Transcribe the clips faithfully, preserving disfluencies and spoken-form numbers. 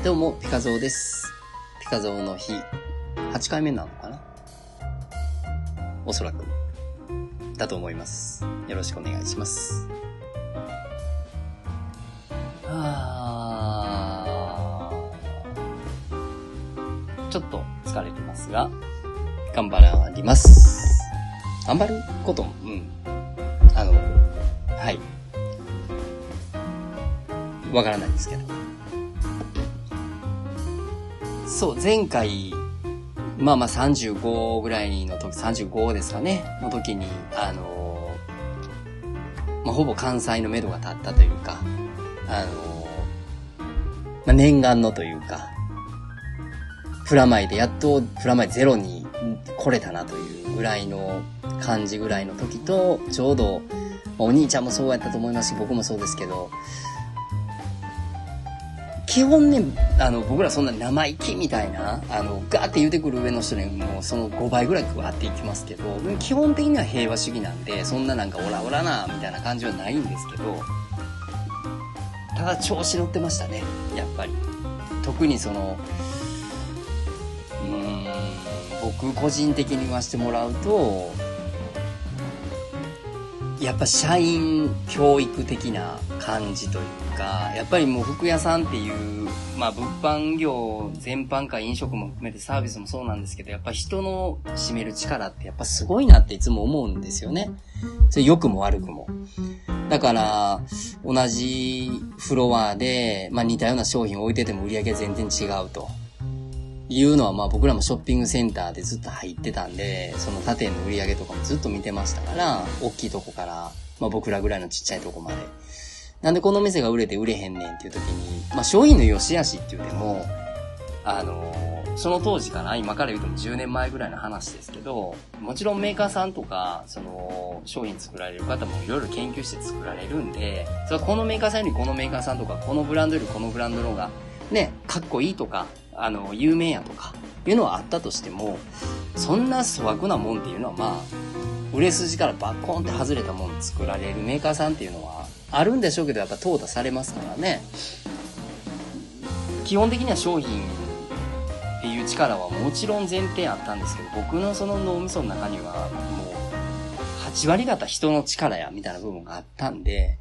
どうも、ピカゾーです。ピカゾーの日、はちかいめなのかな？おそらく。だと思います。よろしくお願いします。はー。ちょっと疲れてますが、頑張ります。頑張ることも、うん。あの、はい。わからないですけど。そう、前回、まあまあさんじゅうごぐらいの時、さんじゅうごですかね、の時に、あのー、まあほぼ関西の目処が立ったというか、あのー、まあ念願のというか、プラマイでやっとプラマイゼロに来れたなというぐらいの感じぐらいの時と、ちょうど、まあ、お兄ちゃんもそうやったと思いますし、僕もそうですけど、基本ね、あの、僕らそんな生意気みたいな、あの、ガーって言うてくる上の人にもうそのごばいぐらい加わっていきますけど、基本的には平和主義なんで、そんななんかオラオラな、みたいな感じはないんですけど、ただ調子乗ってましたね、やっぱり。特にその、うーん、僕個人的に言わせてもらうと、やっぱ社員教育的な感じというか、やっぱりもう服屋さんっていう、まあ物販業全般か飲食も含めてサービスもそうなんですけど、やっぱ人の占める力ってやっぱすごいなっていつも思うんですよね。それ良くも悪くも。だから、同じフロアで、まあ似たような商品を置いてても売り上げ全然違うと。いうのはまあ僕らもショッピングセンターでずっと入ってたんで、その他店の売り上げとかもずっと見てましたから、大きいとこから、まあ僕らぐらいのちっちゃいとこまで。なんでこの店が売れて売れへんねんっていう時に、まあ商品の良し悪しって言うても、あのー、その当時かな、今から言うともじゅうねんまえぐらいの話ですけど、もちろんメーカーさんとか、その商品作られる方もいろいろ研究して作られるんで、それはこのメーカーさんよりこのメーカーさんとか、このブランドよりこのブランドの方が、ね、かっこいいとか、あの、有名やとか、いうのはあったとしても、そんな粗悪なもんっていうのはまあ、売れ筋からバッコーンって外れたもん作られるメーカーさんっていうのはあるんでしょうけど、やっぱ淘汰されますからね。基本的には商品っていう力はもちろん前提あったんですけど、僕のその脳みその中にはもう、はちわり方人の力や、みたいな部分があったんで、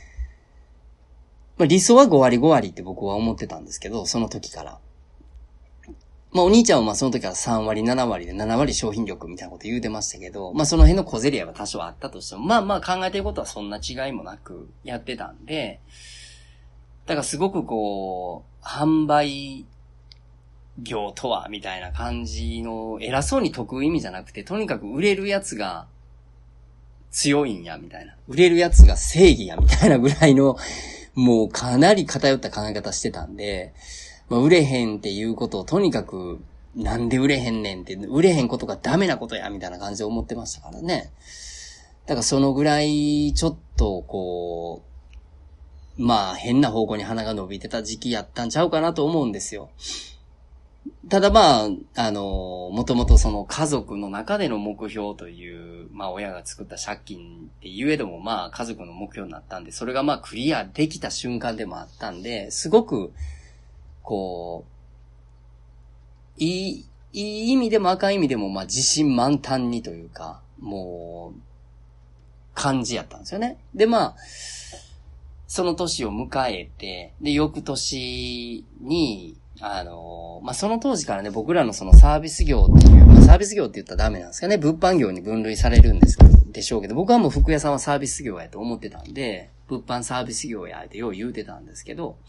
まあ、理想はごわりごわりって僕は思ってたんですけど、その時から。まあお兄ちゃんはまあその時からさんわりななわりでななわり商品力みたいなこと言うてましたけど、まあその辺の小競り合いは多少あったとしても、まあまあ考えてることはそんな違いもなくやってたんで、だからすごくこう、販売業とはみたいな感じの偉そうに解く意味じゃなくて、とにかく売れるやつが強いんやみたいな。売れるやつが正義やみたいなぐらいの、もうかなり偏った考え方してたんで、まあ、売れへんっていうことをとにかくなんで売れへんねんって、売れへんことがダメなことやみたいな感じで思ってましたからね。だからそのぐらいちょっとこう、まあ変な方向に鼻が伸びてた時期やったんちゃうかなと思うんですよ。ただまあ、あの、もともとその家族の中での目標という、まあ親が作った借金って言えどもまあ家族の目標になったんで、それがまあクリアできた瞬間でもあったんで、すごく、こう、いい、いい意味でも赤い意味でもまあ自信満タンにというか、もう、感じやったんですよね。でまあ、その年を迎えて、で、翌年に、あの、まあ、その当時からね、僕らのそのサービス業っていう、まあ、サービス業って言ったらダメなんですかね、物販業に分類されるんですけど、でしょうけど、僕はもう服屋さんはサービス業やと思ってたんで、物販サービス業やってよう言うてたんですけど、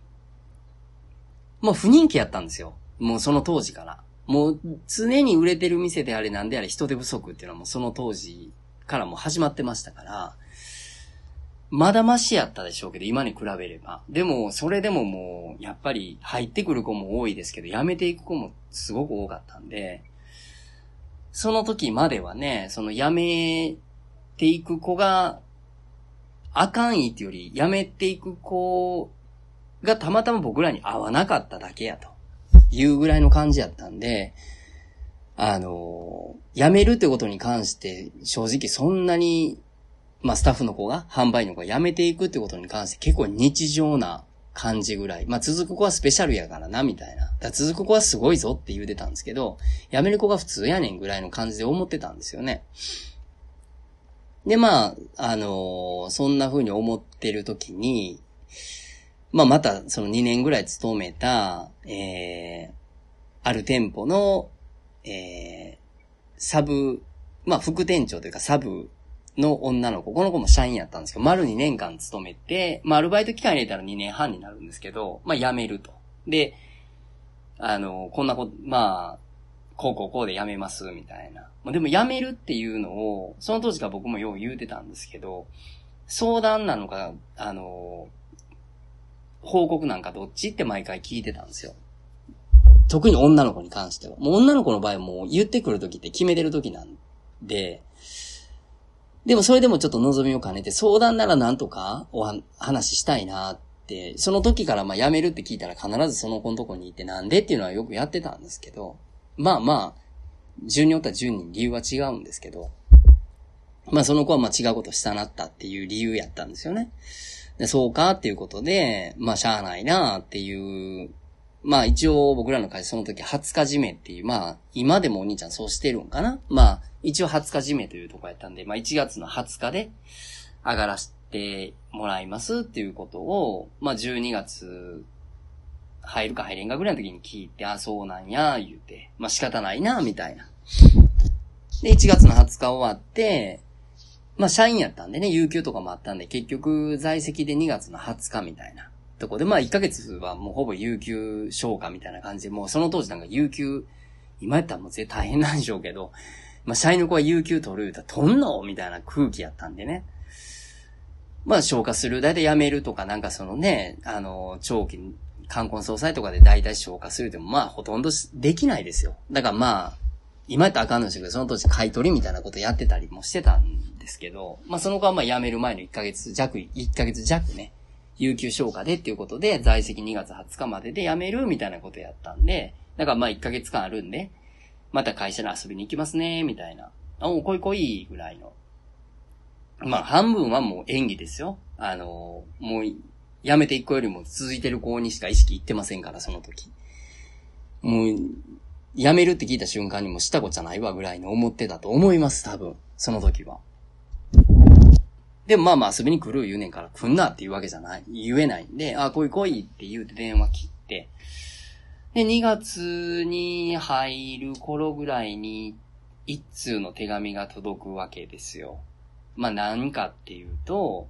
もう不人気やったんですよ。もうその当時から。もう常に売れてる店であれなんであれ人手不足っていうのはもうその当時からもう始まってましたから、まだマシやったでしょうけど、今に比べれば。でも、それでももう、やっぱり入ってくる子も多いですけど、辞めていく子もすごく多かったんで、その時まではね、その辞めていく子が、あかんいっていうより、辞めていく子がたまたま僕らに合わなかっただけやというぐらいの感じやったんで、あの、辞めるってことに関して正直そんなに、まあスタッフの子が、販売の子が辞めていくってことに関して結構日常な感じぐらい。まあ、続く子はスペシャルやからな、みたいな。だから続く子はすごいぞって言うてたんですけど、辞める子が普通やねんぐらいの感じで思ってたんですよね。で、まあ、あのー、そんな風に思ってる時に、まあ、またそのにねんぐらい勤めた、えー、ある店舗の、えー、サブ、まあ、副店長というかサブの女の子、この子も社員やったんですけど、丸にねんかん勤めて、まあ、アルバイト期間入れたらにねんはんになるんですけど、まあ、辞めると。で、あの、こんなこと、まあ、こうこうこうで辞めます、みたいな。でも辞めるっていうのを、その当時から僕もよう言うてたんですけど、相談なのか、あの、報告なんかどっちって毎回聞いてたんですよ。特に女の子に関しては。もう女の子の場合はもう言ってくるときって決めてるときなんで、でもそれでもちょっと望みを兼ねて相談ならなんとかお話ししたいなって、その時からまあ辞めるって聞いたら必ずその子のとこに行ってなんでっていうのはよくやってたんですけど、まあまあ、順によったら順に理由は違うんですけど、まあその子はまあ違うことしたなったっていう理由やったんですよね。で、そうかっていうことで、まあしゃあないなっていう、まあ一応僕らの会社その時はつか締めっていう、まあ今でもお兄ちゃんそうしてるんかな。まあ一応はつか締めというとこやったんで、まあいちがつのはつかで上がらせてもらいますっていうことを、まあじゅうにがつ入るか入れんかぐらいの時に聞いて、あ、そうなんや、言うて、まあ仕方ないな、みたいな。で、いちがつのはつか終わって、まあ社員やったんでね、有給とかもあったんで、結局在籍でにがつのはつかみたいなとこで、まあいっかげつはもうほぼ有給消化みたいな感じで、もうその当時なんか有給、今やったらもう絶対大変なんでしょうけど、まあ社員の子は有給取る言うたら取んのみたいな空気やったんでね。まあ消化する、だいたい辞めるとかなんかそのね、あの、長期、冠婚葬祭とかでだいたい消化するでもまあほとんどできないですよ。だからまあ、今やったらあかんのですけど、その当時買い取りみたいなことやってたりもしてたんですけど、まあその子はまあ辞める前のいっかげつ弱、いっかげつ弱ね、有給消化でっていうことで、在籍にがつはつかまでで辞めるみたいなことやったんで、だからまあいっかげつかんあるんで、また会社に遊びに行きますね、みたいな。あ、もう来い来いぐらいの。まあ半分はもう演技ですよ。あの、もう、辞めていく子よりも続いてる子にしか意識いってませんから、その時。もう、辞めるって聞いた瞬間にもした子じゃないわぐらいの思ってたと思います、多分。その時は。でもまあまあ遊びに来る言うねんから来んなっていうわけじゃない。言えないんで、あ、来い来いって言うて電話切って。で、にがつに入る頃ぐらいに一通の手紙が届くわけですよ。まあ何かっていうと、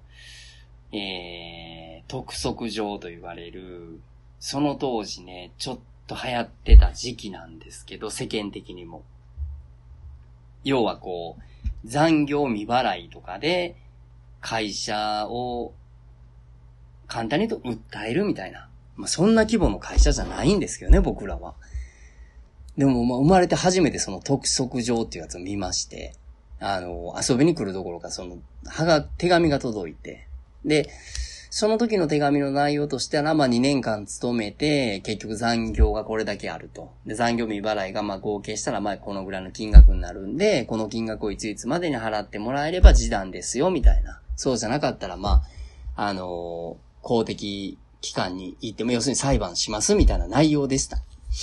えー、督促状と言われる、その当時ね、ちょっと流行ってた時期なんですけど、世間的にも。要はこう、残業未払いとかで、会社を、簡単に言うと訴えるみたいな。まあそんな規模の会社じゃないんですけどね、僕らは。でもまあ生まれて初めてその督促状っていうやつを見まして、あの、遊びに来るどころか、その、はが、手紙が届いて、で、その時の手紙の内容としては、まあにねんかん勤めて、結局残業がこれだけあると。で、残業未払いがまあ合計したらまあこのぐらいの金額になるんで、この金額をいついつまでに払ってもらえれば示談ですよ、みたいな。そうじゃなかったらまあ、あのー、公的機関に行っても、要するに裁判します、みたいな内容でした。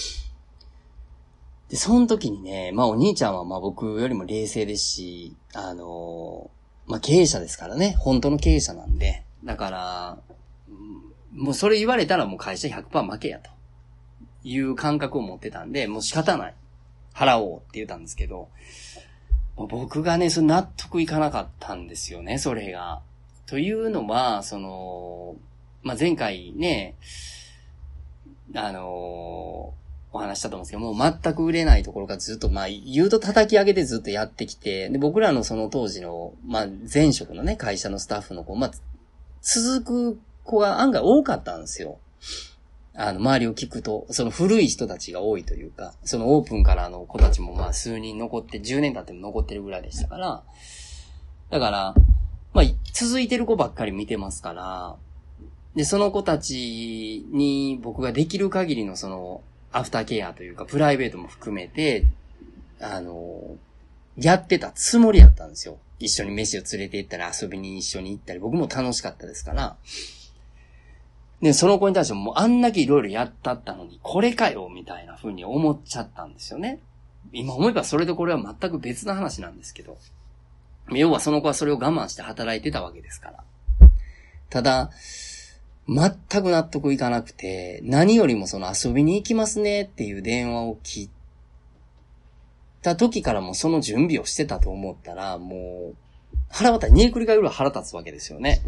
で、その時にね、まあお兄ちゃんはまあ僕よりも冷静ですし、あのー、まあ経営者ですからね、本当の経営者なんで、だから、もうそれ言われたらもう会社 ひゃくパーセント 負けやという感覚を持ってたんで、もう仕方ない。払おうって言ったんですけど、僕がね、その納得いかなかったんですよね、それが。というのは、その、まあ前回ね、あのー、お話したと思うんですけど、もう全く売れないところがずっと、まあ、言うと叩き上げてずっとやってきて、で、僕らのその当時の、まあ、前職のね、会社のスタッフの子、まあ、続く子が案外多かったんですよ。あの、周りを聞くと、その古い人たちが多いというか、そのオープンからの子たちもまあ、数人残って、じゅうねん経っても残ってるぐらいでしたから、だから、まあ、続いてる子ばっかり見てますから、で、その子たちに僕ができる限りのその、アフターケアというか、プライベートも含めて、あの、やってたつもりやったんですよ。一緒に飯を連れて行ったり遊びに一緒に行ったり、僕も楽しかったですから。 で、その子に対してももうあんだけいろいろやったったのに、これかよみたいな風に思っちゃったんですよね。今思えばそれとこれは全く別な話なんですけど。要はその子はそれを我慢して働いてたわけですから。ただ、全く納得いかなくて、何よりもその遊びに行きますねっていう電話を切った時からもその準備をしてたと思ったら、もう、腹渡り、煮えくり返るぐらい腹立つわけですよね。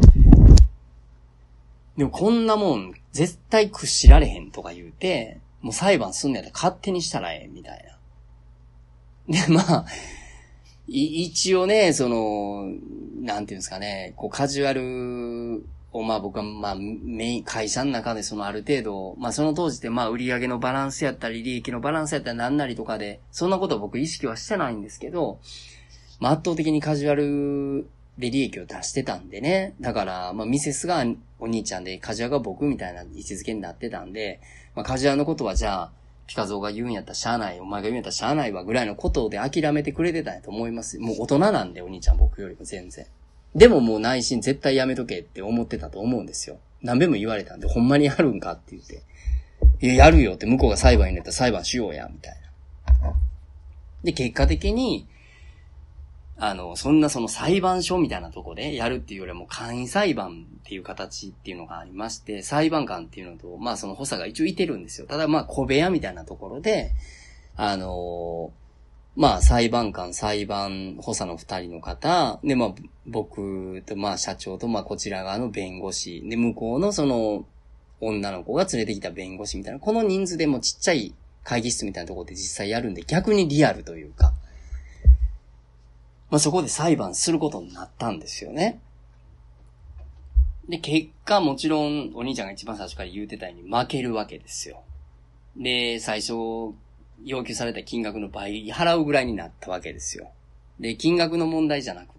でもこんなもん、絶対屈しられへんとか言うて、もう裁判すんのやったら勝手にしたらええ、みたいな。で、まあ、い、一応ね、その、なんていうんですかね、こうカジュアルをまあ僕はまあメイン、会社の中でそのある程度、まあその当時ってまあ売上のバランスやったり利益のバランスやったりなんなりとかで、そんなこと僕意識はしてないんですけど、まあ圧倒的にカジュアルで利益を出してたんでね。だから、まあミセスがお兄ちゃんでカジュアルが僕みたいな位置づけになってたんで、まあカジュアルのことはじゃあ、ピカゾーが言うんやったらしゃあない、お前が言うんやったらしゃあないわぐらいのことで諦めてくれてたんやと思います。もう大人なんでお兄ちゃん僕よりも全然。でももう内心絶対やめとけって思ってたと思うんですよ。何べも言われたんで、ほんまにやるんかって言って。いや、やるよって向こうが裁判になったら裁判しようや、みたいな。で、結果的に、あの、そんなその裁判所みたいなとこでやるっていうよりも簡易裁判っていう形っていうのがありまして、裁判官っていうのと、まあその補佐が一応いてるんですよ。ただまあ小部屋みたいなところで、あのー、まあ裁判官、裁判補佐の二人の方、でまあ僕とまあ社長とまあこちら側の弁護士、で向こうのその女の子が連れてきた弁護士みたいな、この人数でもちっちゃい会議室みたいなところで実際やるんで逆にリアルというか、まあ、そこで裁判することになったんですよね。で、結果もちろんお兄ちゃんが一番最初から言うてたように負けるわけですよ。で、最初要求された金額の倍払うぐらいになったわけですよ。で、金額の問題じゃなくって、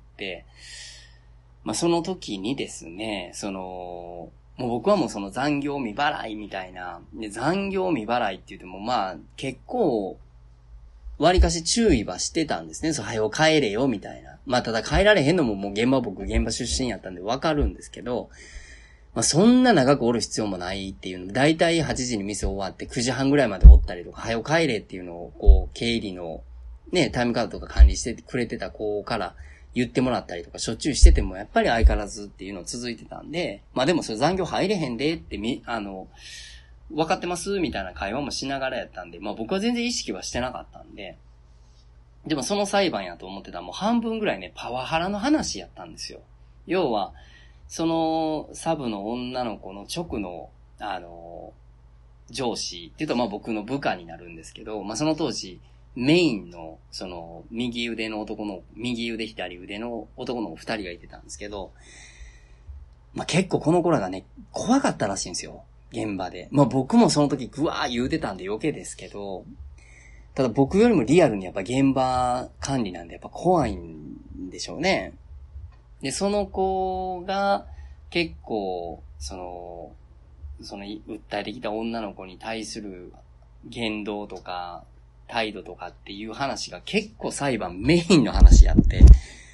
まあ、その時にですね、その、もう僕はもうその残業未払いみたいな、で残業未払いって言ってもまあ結構、割かし注意はしてたんですね。そう、早う帰れよ、みたいな。まあ、ただ帰られへんのももう現場僕現場出身やったんでわかるんですけど、まあ、そんな長くおる必要もないっていうの。だいたいはちじに店終わってくじはんぐらいまでおったりとか、早う帰れっていうのを、こう、経理の、ね、タイムカードとか管理してくれてた子から言ってもらったりとか、しょっちゅうしてても、やっぱり相変わらずっていうの続いてたんで、まあでもそれ残業入れへんでってみ、あの、分かってますみたいな会話もしながらやったんで、まあ僕は全然意識はしてなかったんで、でもその裁判やと思ってたらもう半分ぐらいね、パワハラの話やったんですよ。要は、そのサブの女の子の直の、あの、上司っていうとまあ僕の部下になるんですけど、まあその当時、メインの、その、右腕の男の、右腕左腕の男の子二人がいてたんですけど、まあ結構この子らがね、怖かったらしいんですよ。現場で。まあ僕もその時ぐわー言うてたんで余計ですけど、ただ僕よりもリアルにやっぱ現場管理なんでやっぱ怖いんでしょうね。で、その子が結構、その、その訴えてきた女の子に対する言動とか態度とかっていう話が結構裁判メインの話やって、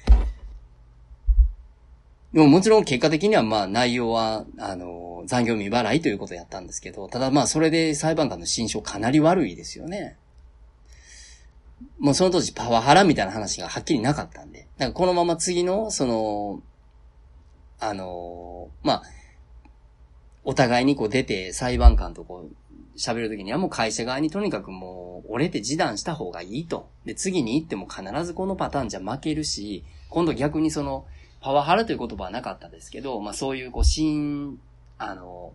でももちろん結果的にはまあ内容は、あの、残業未払いということをやったんですけど、ただまあそれで裁判官の心証かなり悪いですよね。もうその当時パワハラみたいな話がはっきりなかったんで。だからこのまま次の、その、あの、まあ、お互いにこう出て裁判官とこう喋るときにはもう会社側にとにかくもう折れて示談した方がいいと。で、次に行っても必ずこのパターンじゃ負けるし、今度逆にその、パワハラという言葉はなかったですけど、まあそういうこう、心、あの、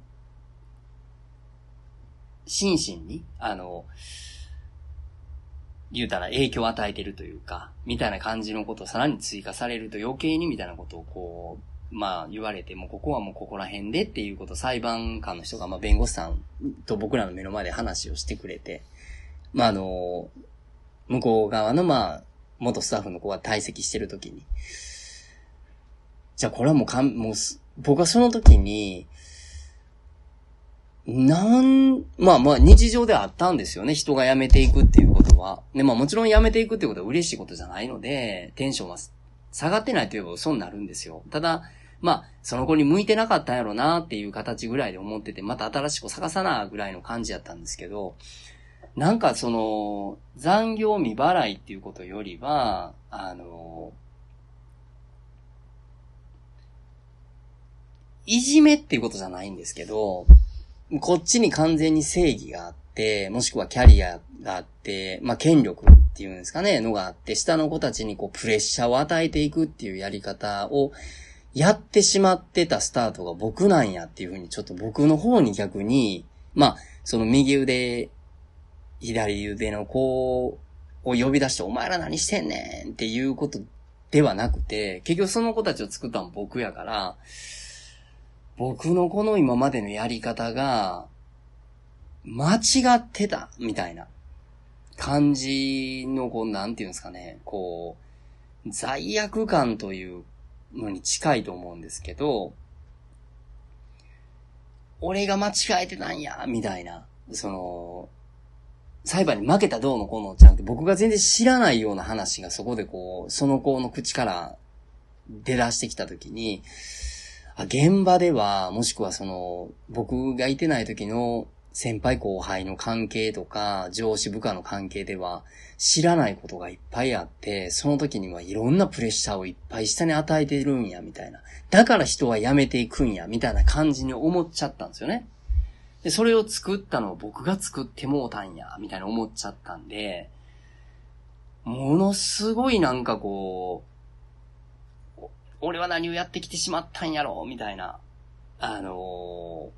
心身に、あの、言うたら影響を与えてるというか、みたいな感じのことをさらに追加されると余計にみたいなことをこう、まあ言われて、もうここはもうここら辺でっていうことを裁判官の人が、まあ弁護士さんと僕らの目の前で話をしてくれて、まああの、向こう側のまあ、元スタッフの子が退席してるときに、じゃあこれはもうかん、もう、僕はその時に、なん、まあまあ日常ではあったんですよね。人が辞めていくっていうことは。で、まあもちろん辞めていくっていうことは嬉しいことじゃないので、テンションは下がってないといえば嘘になるんですよ。ただ、 まあ、その子に向いてなかったんやろなっていう形ぐらいで思ってて、また新しく探さなぐらいの感じやったんですけど、なんかその、残業未払いっていうことよりは、あの、いじめっていうことじゃないんですけど、こっちに完全に正義があって、もしくはキャリアがあって、まあ権力っていうんですかね、のがあって、下の子たちにこうプレッシャーを与えていくっていうやり方をやってしまってたスタートが僕なんやっていうふうにちょっと僕の方に逆に、まあ、その右腕、左腕の子を呼び出してお前ら何してんねんっていうことではなくて、結局その子たちを作ったのは僕やから、僕のこの今までのやり方が間違ってたみたいな感じのこうなんていうんですかね、こう罪悪感というのに近いと思うんですけど、俺が間違えてたんやみたいな、その裁判に負けたどうのこうのじゃなくて、僕が全然知らないような話がそこでこうその子の口から出だしてきたときに、現場では、もしくはその、僕がいてない時の先輩後輩の関係とか、上司部下の関係では、知らないことがいっぱいあって、その時にはいろんなプレッシャーをいっぱい下に与えてるんや、みたいな。だから人は辞めていくんや、みたいな感じに思っちゃったんですよね。で、それを作ったのを僕が作ってもうたんや、みたいな思っちゃったんで、ものすごいなんかこう、俺は何をやってきてしまったんやろみたいな。あの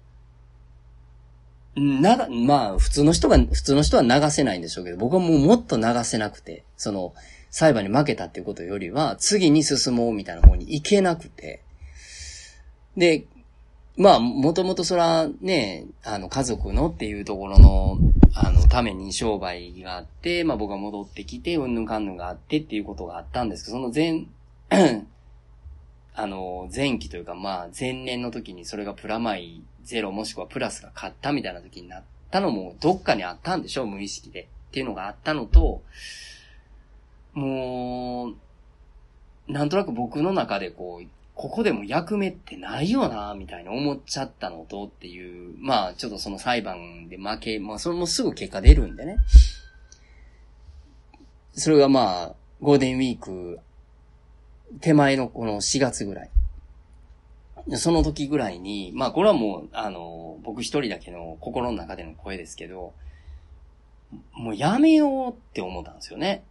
ー、なが、まあ、普通の人が、普通の人は流せないんでしょうけど、僕はもうもっと流せなくて、その、裁判に負けたっていうことよりは、次に進もうみたいな方に行けなくて。で、まあ、もともとそら、ね、あの、家族のっていうところの、あの、ために商売があって、まあ僕が戻ってきて、うんぬんかんぬんがあってっていうことがあったんですけど、その前、あの、前期というか、まあ、前年の時にそれがプラマイゼロもしくはプラスが勝ったみたいな時になったのもどっかにあったんでしょう、無意識で。っていうのがあったのと、もう、なんとなく僕の中でこう、ここでも役目ってないよな、みたいな思っちゃったのとっていう、まあ、ちょっとその裁判で負け、まあ、それもすぐ結果出るんでね。それがまあ、ゴールデンウィーク、手前のこのしがつぐらい。その時ぐらいに、まあこれはもう、あの、僕一人だけの心の中での声ですけど、もうやめようって思ったんですよね。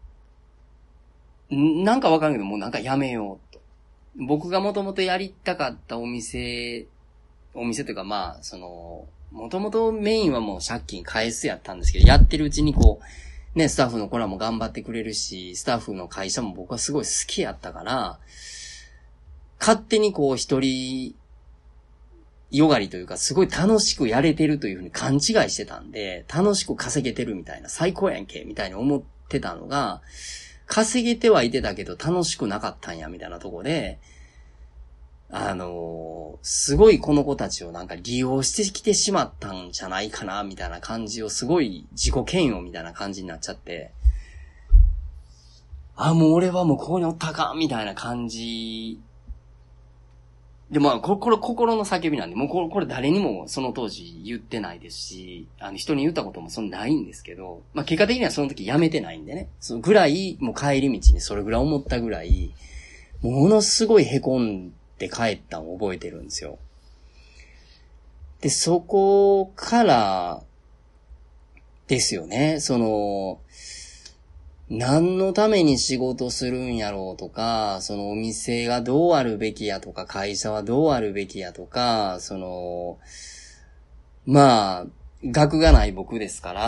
なんかわかんないけど、もうなんかやめようと。僕がもともとやりたかったお店、お店というかまあ、その、もともとメインはもう借金返すやったんですけど、やってるうちにこう、ね、スタッフの子らも頑張ってくれるし、スタッフの会社も僕はすごい好きやったから、勝手にこう一人よがりというか、すごい楽しくやれてるというふうに勘違いしてたんで、楽しく稼げてるみたいな、最高やんけ、みたいに思ってたのが、稼げてはいてたけど楽しくなかったんや、みたいなとこで、あのー、すごいこの子たちをなんか利用してきてしまったんじゃないかな、みたいな感じをすごい自己嫌悪みたいな感じになっちゃって、あ、もう俺はもうここにおったか、みたいな感じ。で、まあ、これ、これ心の叫びなんで、もうこれ、これ誰にもその当時言ってないですし、あの人に言ったこともそんなないんですけど、まあ結果的にはその時やめてないんでね、そのぐらい、もう帰り道にそれぐらい思ったぐらい、ものすごい凹んで帰ったのを覚えてるんですよ。で、そこからですよね。その、何のために仕事するんやろうとか、そのお店がどうあるべきやとか、会社はどうあるべきやとか、その、まあ、学がない僕ですから、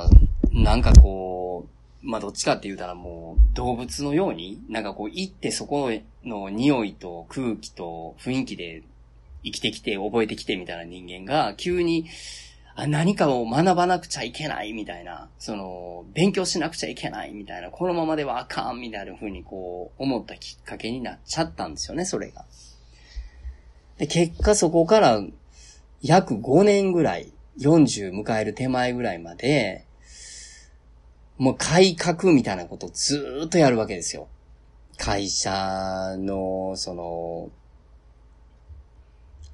なんかこう、まあどっちかって言うたらもう動物のように、なんかこう行ってそこの匂いと空気と雰囲気で生きてきて覚えてきてみたいな人間が急にあ何かを学ばなくちゃいけないみたいな、その勉強しなくちゃいけないみたいな、このままではあかんみたいな風にこう思ったきっかけになっちゃったんですよね、それが。で、結果そこから約ごねんぐらい、よんじゅう迎える手前ぐらいまで、もう改革みたいなことをずーっとやるわけですよ。会社の、その、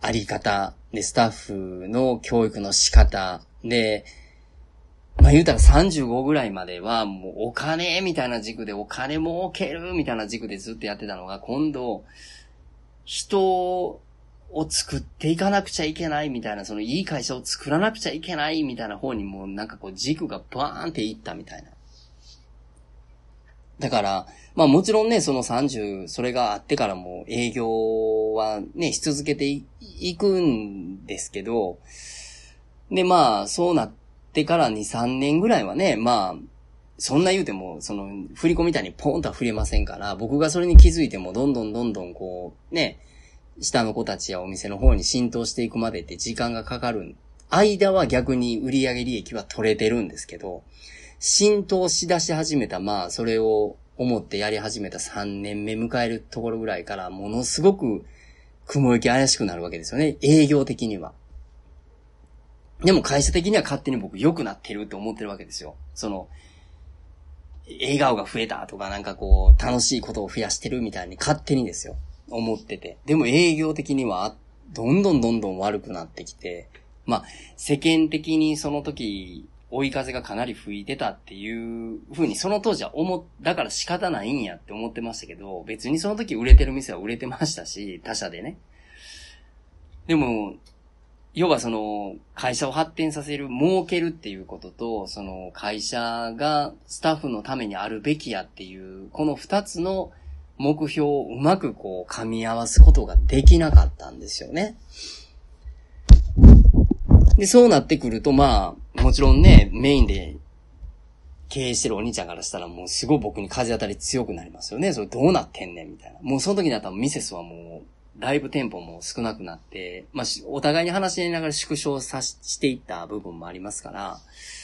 あり方で、スタッフの教育の仕方で、まあ言うたらさんじゅうごぐらいまではもうお金みたいな軸でお金儲けるみたいな軸でずっとやってたのが、今度人を作っていかなくちゃいけないみたいな、そのいい会社を作らなくちゃいけないみたいな方にもうなんかこう軸がバーンっていったみたいな。だから、まあもちろんね、そのさんじゅう、それがあってからも営業はね、し続けて い, いくんですけど、でまあそうなって、でからに、さんねんぐらいはね、まあ、そんな言うても、その、振り子みたいにポンとは振れませんから、僕がそれに気づいても、どんどんどんどんこう、ね、下の子たちやお店の方に浸透していくまでって時間がかかる。間は逆に売上利益は取れてるんですけど、浸透しだし始めた、まあ、それを思ってやり始めたさんねんめ迎えるところぐらいから、ものすごく雲行き怪しくなるわけですよね、営業的には。でも会社的には勝手に僕良くなってるって思ってるわけですよ。その、笑顔が増えたとかなんかこう、楽しいことを増やしてるみたいに勝手にですよ。思ってて。でも営業的には、どんどんどんどん悪くなってきて、まあ、世間的にその時、追い風がかなり吹いてたっていう風にその当時は思っ、だから仕方ないんやって思ってましたけど、別にその時売れてる店は売れてましたし、他社でね。でも、要はその会社を発展させる、儲けるっていうことと、その会社がスタッフのためにあるべきやっていう、この二つの目標をうまくこう噛み合わすことができなかったんですよね。で、そうなってくるとまあ、もちろんね、メインで経営してるお兄ちゃんからしたらもうすごい僕に風当たり強くなりますよね。それどうなってんねんみたいな。もうその時になったらミセスはもう、だいぶ店舗も少なくなって、まあ、お互いに話し合いながら縮小さしていった部分もありますから、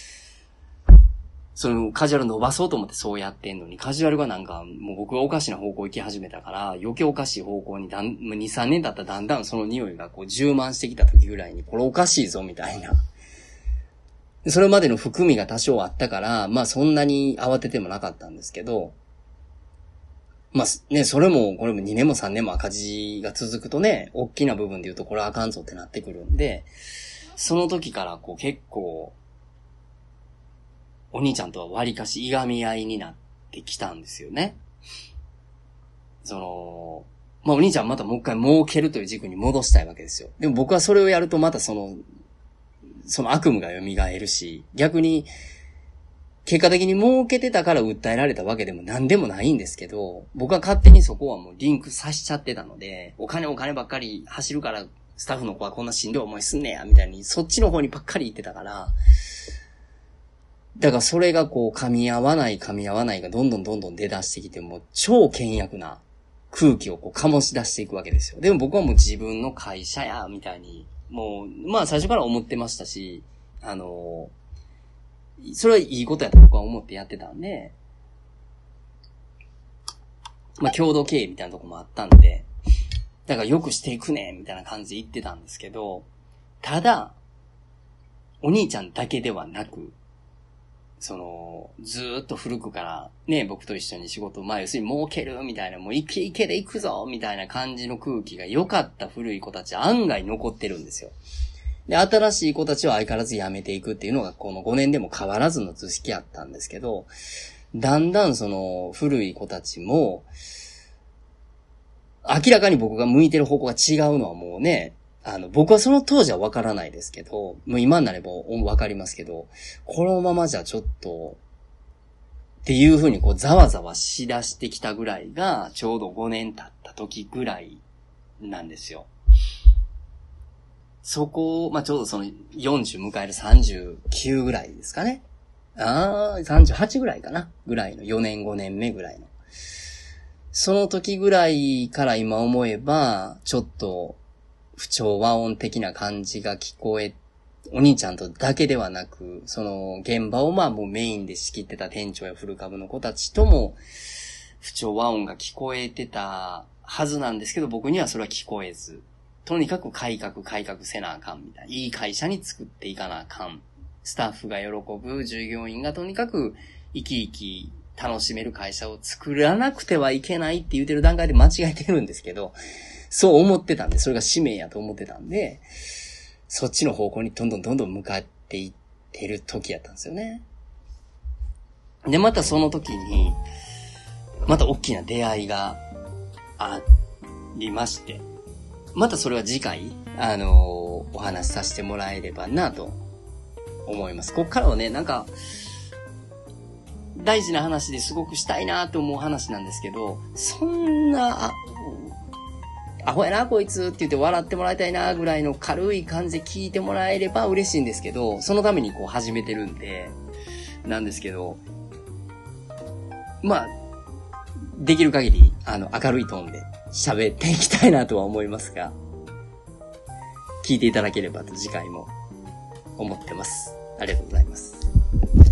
そのカジュアル伸ばそうと思ってそうやってんのに、カジュアルがなんかもう僕がおかしな方向行き始めたから、余計おかしい方向にだん、に、さんねん経ったらだんだんその匂いがこう充満してきた時ぐらいに、これおかしいぞみたいな。それまでの含みが多少あったから、まあそんなに慌ててもなかったんですけど、まあね、それも、これもにねんもさんねんも赤字が続くとね、大きな部分で言うとこれあかんぞってなってくるんで、その時からこう結構、お兄ちゃんとは割かしいがみ合いになってきたんですよね。その、まあお兄ちゃんまたもう一回儲けるという軸に戻したいわけですよ。でも僕はそれをやるとまたその、その悪夢が蘇るし、逆に、結果的に儲けてたから訴えられたわけでも何でもないんですけど、僕は勝手にそこはもうリンクさしちゃってたので、お金お金ばっかり走るからスタッフの子はこんなしんどい思いすんねや、みたいにそっちの方にばっかり言ってたから、だからそれがこう噛み合わない噛み合わないがどんどんどんどん出だしてきて、もう超険悪な空気をこう醸し出していくわけですよ。でも僕はもう自分の会社や、みたいに、もう、まあ最初から思ってましたし、あの、それはいいことやと僕は思ってやってたんで、まあ共同経営みたいなとこもあったんで、だからよくしていくねみたいな感じで言ってたんですけど、ただ、お兄ちゃんだけではなく、その、ずーっと古くからね、僕と一緒に仕事、まあ要するに儲けるみたいな、もうイケイケで行くぞみたいな感じの空気が良かった古い子たち案外残ってるんですよ。で、新しい子たちは相変わらず辞めていくっていうのがこのごねんでも変わらずの図式あったんですけど、だんだんその古い子たちも、明らかに僕が向いてる方向が違うのはもうね、あの、僕はその当時はわからないですけど、もう今になればわかりますけど、このままじゃちょっと、っていう風にこうざわざわしだしてきたぐらいが、ちょうどごねん経った時ぐらいなんですよ。そこを、まあ、ちょうどそのよんじゅう迎えるさんじゅうきゅうぐらいですかね。ああ、さんじゅうはちぐらいかな。ぐらいのよねんごねんめぐらいの。その時ぐらいから今思えば、ちょっと不調和音的な感じが聞こえ、お兄ちゃんとだけではなく、その現場をまあもうメインで仕切ってた店長や古株の子たちとも不調和音が聞こえてたはずなんですけど、僕にはそれは聞こえず。とにかく改革改革せなあかんみたいな。いい会社に作っていかなあかん。スタッフが喜ぶ、従業員がとにかく生き生き楽しめる会社を作らなくてはいけないって言ってる段階で間違えてるんですけど、そう思ってたんで、それが使命やと思ってたんで、そっちの方向にどんどんどんどん向かっていってる時やったんですよね。で、またその時に、また大きな出会いがありまして、またそれは次回、あのー、お話しさせてもらえればなと思います。こっからはね、なんか、大事な話ですごくしたいなと思う話なんですけど、そんな、あ、アホやなこいつって言って笑ってもらいたいなぐらいの軽い感じで聞いてもらえれば嬉しいんですけど、そのためにこう始めてるんで、なんですけど、まあ、できる限り、あの、明るいトーンで喋っていきたいなとは思いますが、聞いていただければと次回も思ってます。ありがとうございます。